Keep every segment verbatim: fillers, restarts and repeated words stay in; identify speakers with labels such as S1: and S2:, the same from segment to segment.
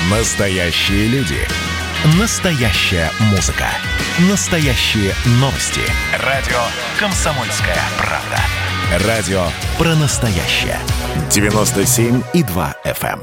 S1: Настоящие люди. Настоящая музыка. Настоящие новости. Радио «Комсомольская правда». Радио про настоящее. девяносто семь и два эф эм.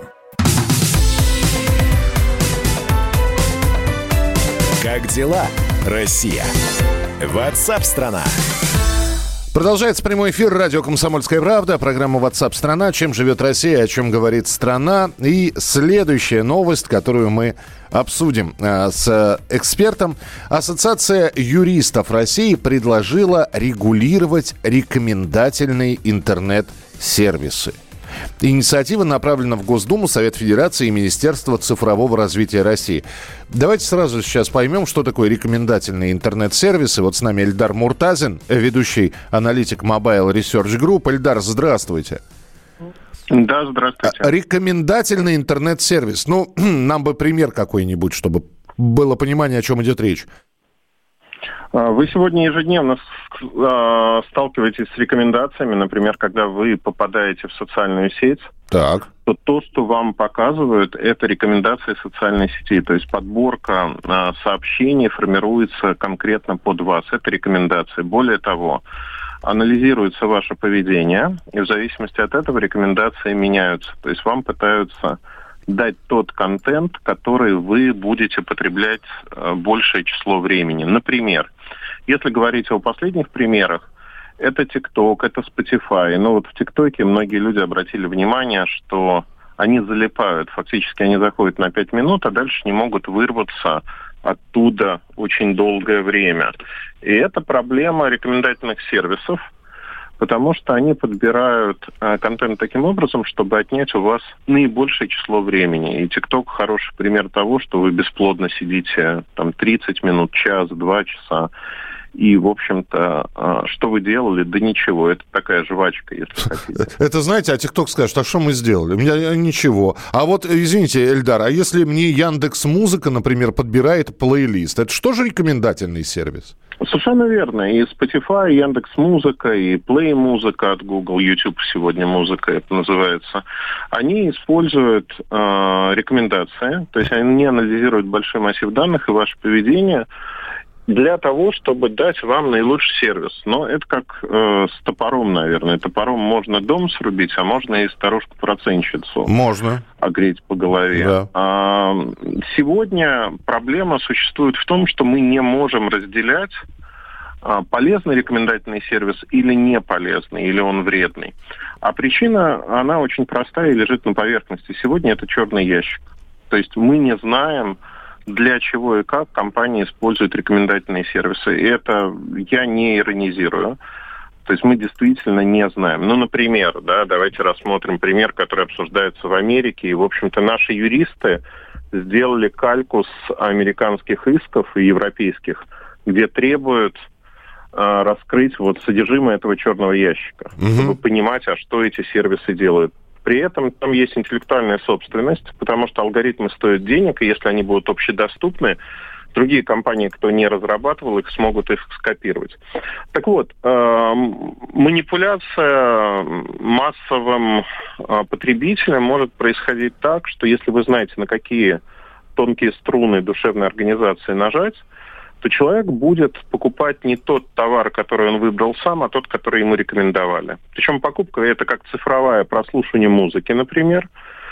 S1: Как дела, Россия? WhatsApp-страна.
S2: Продолжается прямой эфир радио «Комсомольская правда», программа «WhatsApp-страна». Чем живет Россия, о чем говорит страна. И следующая новость, которую мы обсудим э, с экспертом. Ассоциация юристов России предложила регулировать рекомендательные интернет-сервисы. Инициатива направлена в Госдуму, Совет Федерации и Министерство цифрового развития России. Давайте сразу сейчас поймем, что такое рекомендательные интернет-сервисы. Вот с нами Эльдар Муртазин, ведущий аналитик Mobile Research Group. Эльдар, здравствуйте.
S3: Да, здравствуйте.
S2: Рекомендательный интернет-сервис. Ну, нам бы пример какой-нибудь, чтобы было понимание, о чем идет речь.
S3: Вы сегодня ежедневно сталкиваетесь с рекомендациями, например, когда вы попадаете в социальную сеть,
S2: так.
S3: то то, что вам показывают, это рекомендации социальной сети. То есть подборка сообщений формируется конкретно под вас. Это рекомендации. Более того, анализируется ваше поведение, и в зависимости от этого рекомендации меняются. То есть вам пытаются дать тот контент, который вы будете потреблять большее число времени. Например, если говорить о последних примерах, это TikTok, это Spotify. Но вот в TikTok многие люди обратили внимание, что они залипают. Фактически они заходят на пять минут, а дальше не могут вырваться оттуда очень долгое время. И это проблема рекомендательных сервисов, потому что они подбирают э, контент таким образом, чтобы отнять у вас наибольшее число времени. И TikTok хороший пример того, что вы бесплодно сидите там тридцать минут, час, два часа. И, в общем-то, э, что вы делали? Да ничего. Это такая жвачка, если хотите.
S2: Это, знаете, а TikTok скажет, а что мы сделали? У меня ничего. А вот, извините, Эльдар, а если мне Яндекс.Музыка, например, подбирает плейлист, это что же рекомендательный сервис?
S3: Совершенно верно. И Spotify, и Яндекс.Музыка, и Play Музыка от Google, YouTube сегодня музыка это называется, они используют э, рекомендации, то есть они анализируют большой массив данных и ваше поведение для того, чтобы дать вам наилучший сервис. Но это как э, с топором, наверное. Топором можно дом срубить, а можно и старушку-процентщицу.
S2: Можно.
S3: Огреть по голове.
S2: Да.
S3: А, сегодня проблема существует в том, что мы не можем разделять, а, полезный рекомендательный сервис или не полезный, или он вредный. А причина, она очень простая и лежит на поверхности. Сегодня это черный ящик. То есть мы не знаем, для чего и как компании используют рекомендательные сервисы. И это я не иронизирую. То есть мы действительно не знаем. Ну, например, да, давайте рассмотрим пример, который обсуждается в Америке. И, в общем-то, наши юристы сделали кальку с американских исков и европейских, где требуют э, раскрыть вот содержимое этого черного ящика, угу. чтобы понимать, а что эти сервисы делают. При этом там есть интеллектуальная собственность, потому что алгоритмы стоят денег, и если они будут общедоступны, другие компании, кто не разрабатывал их, смогут их скопировать. Так вот, э, манипуляция массовым э, потребителем может происходить так, что если вы знаете, на какие тонкие струны душевной организации нажать, то человек будет покупать не тот товар, который он выбрал сам, а тот, который ему рекомендовали. Причем покупка – это как цифровое прослушивание музыки, например.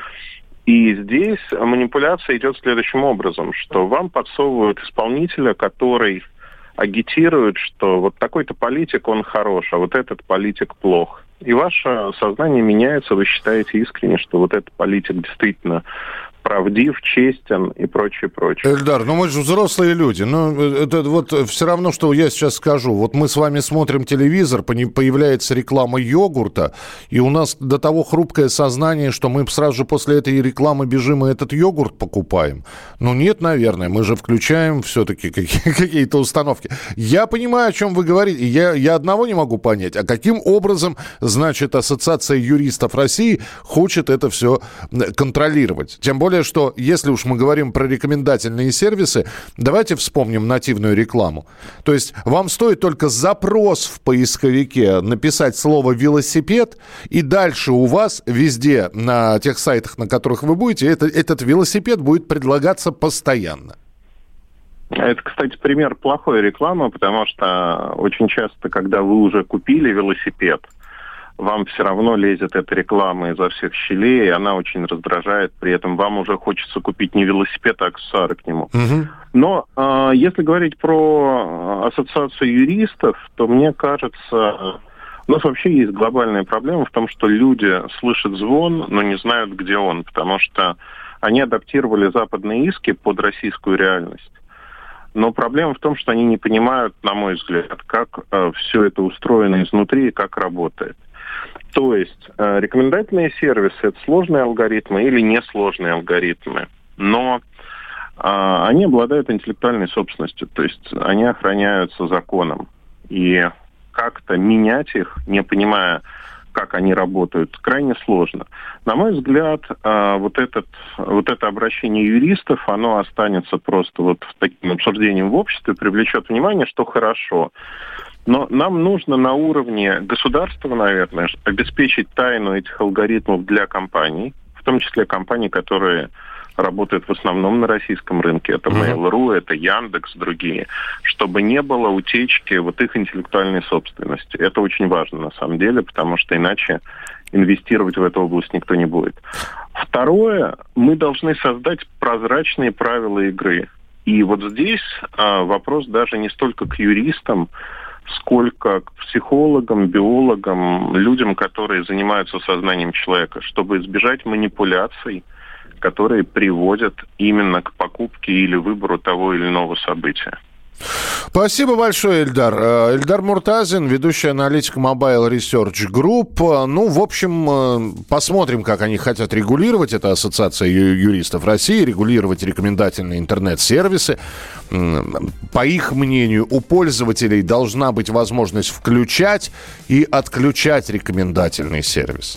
S3: И здесь манипуляция идет следующим образом, что вам подсовывают исполнителя, который агитирует, что вот такой-то политик, он хорош, а вот этот политик плох. И ваше сознание меняется, вы считаете искренне, что вот этот политик действительно правдив, честен и прочее, прочее.
S2: Эльдар, ну мы же взрослые люди. Ну, это вот все равно, что я сейчас скажу. Вот мы с вами смотрим телевизор, появляется реклама йогурта, и у нас до того хрупкое сознание, что мы сразу же после этой рекламы бежим и этот йогурт покупаем. Ну нет, наверное. Мы же включаем все-таки какие-то установки. Я понимаю, о чем вы говорите. Я, я одного не могу понять. А каким образом, значит, Ассоциация юристов России хочет это все контролировать? Тем более, более, что если уж мы говорим про рекомендательные сервисы, давайте вспомним нативную рекламу. То есть вам стоит только запрос в поисковике написать слово «велосипед», и дальше у вас везде на тех сайтах, на которых вы будете, это, этот велосипед будет предлагаться постоянно.
S3: Это, кстати, пример плохой рекламы, потому что очень часто, когда вы уже купили велосипед, вам все равно лезет эта реклама изо всех щелей, и она очень раздражает. При этом вам уже хочется купить не велосипед, а аксессуары к нему. Угу. Но э, если говорить про ассоциацию юристов, то мне кажется, у нас вообще есть глобальная проблема в том, что люди слышат звон, но не знают, где он, потому что они адаптировали западные иски под российскую реальность. Но проблема в том, что они не понимают, на мой взгляд, как э, все это устроено изнутри и как работает. То есть э, рекомендательные сервисы – это сложные алгоритмы или несложные алгоритмы, но э, они обладают интеллектуальной собственностью, то есть они охраняются законом. И как-то менять их, не понимая, как они работают, крайне сложно. На мой взгляд, э, вот, этот, вот это обращение юристов, оно останется просто вот таким обсуждением в обществе, привлечет внимание, что хорошо. Но нам нужно на уровне государства, наверное, обеспечить тайну этих алгоритмов для компаний, в том числе компаний, которые работают в основном на российском рынке. Это Mail.ru, это Яндекс, другие. Чтобы не было утечки вот их интеллектуальной собственности. Это очень важно на самом деле, потому что иначе инвестировать в эту область никто не будет. Второе, мы должны создать прозрачные правила игры. И вот здесь а, вопрос даже не столько к юристам, сколько к психологам, биологам, людям, которые занимаются сознанием человека, чтобы избежать манипуляций, которые приводят именно к покупке или выбору того или иного события.
S2: Спасибо большое, Эльдар. Эльдар Муртазин, ведущий аналитик Mobile Research Group. Ну, в общем, посмотрим, как они хотят регулировать. Это Ассоциация юристов России, регулировать рекомендательные интернет-сервисы. По их мнению, у пользователей должна быть возможность включать и отключать рекомендательный сервис.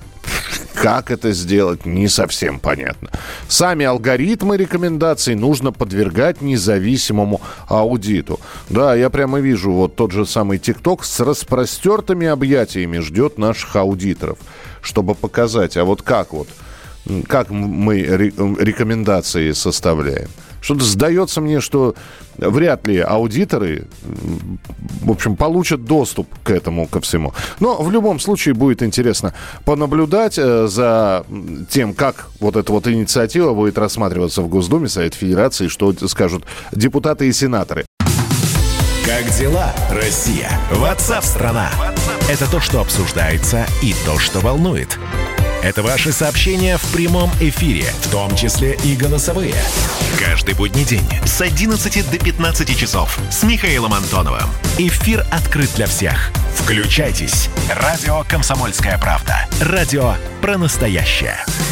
S2: Как это сделать, не совсем понятно. Сами алгоритмы рекомендаций нужно подвергать независимому аудиту. Да, я прямо вижу, вот тот же самый ТикТок с распростертыми объятиями ждет наших аудиторов, чтобы показать, а вот как вот, как мы рекомендации составляем. Что-то сдается мне, что вряд ли аудиторы, в общем, получат доступ к этому, ко всему. Но в любом случае будет интересно понаблюдать за тем, как вот эта вот инициатива будет рассматриваться в Госдуме, Совет Федерации, что скажут депутаты и сенаторы.
S1: Как дела, Россия? WhatsApp-страна. Это то, что обсуждается, и то, что волнует. Это ваши сообщения в прямом эфире, в том числе и голосовые. Каждый будний день с одиннадцати до пятнадцати часов с Михаилом Антоновым. Эфир открыт для всех. Включайтесь. Радио «Комсомольская правда». Радио про настоящее.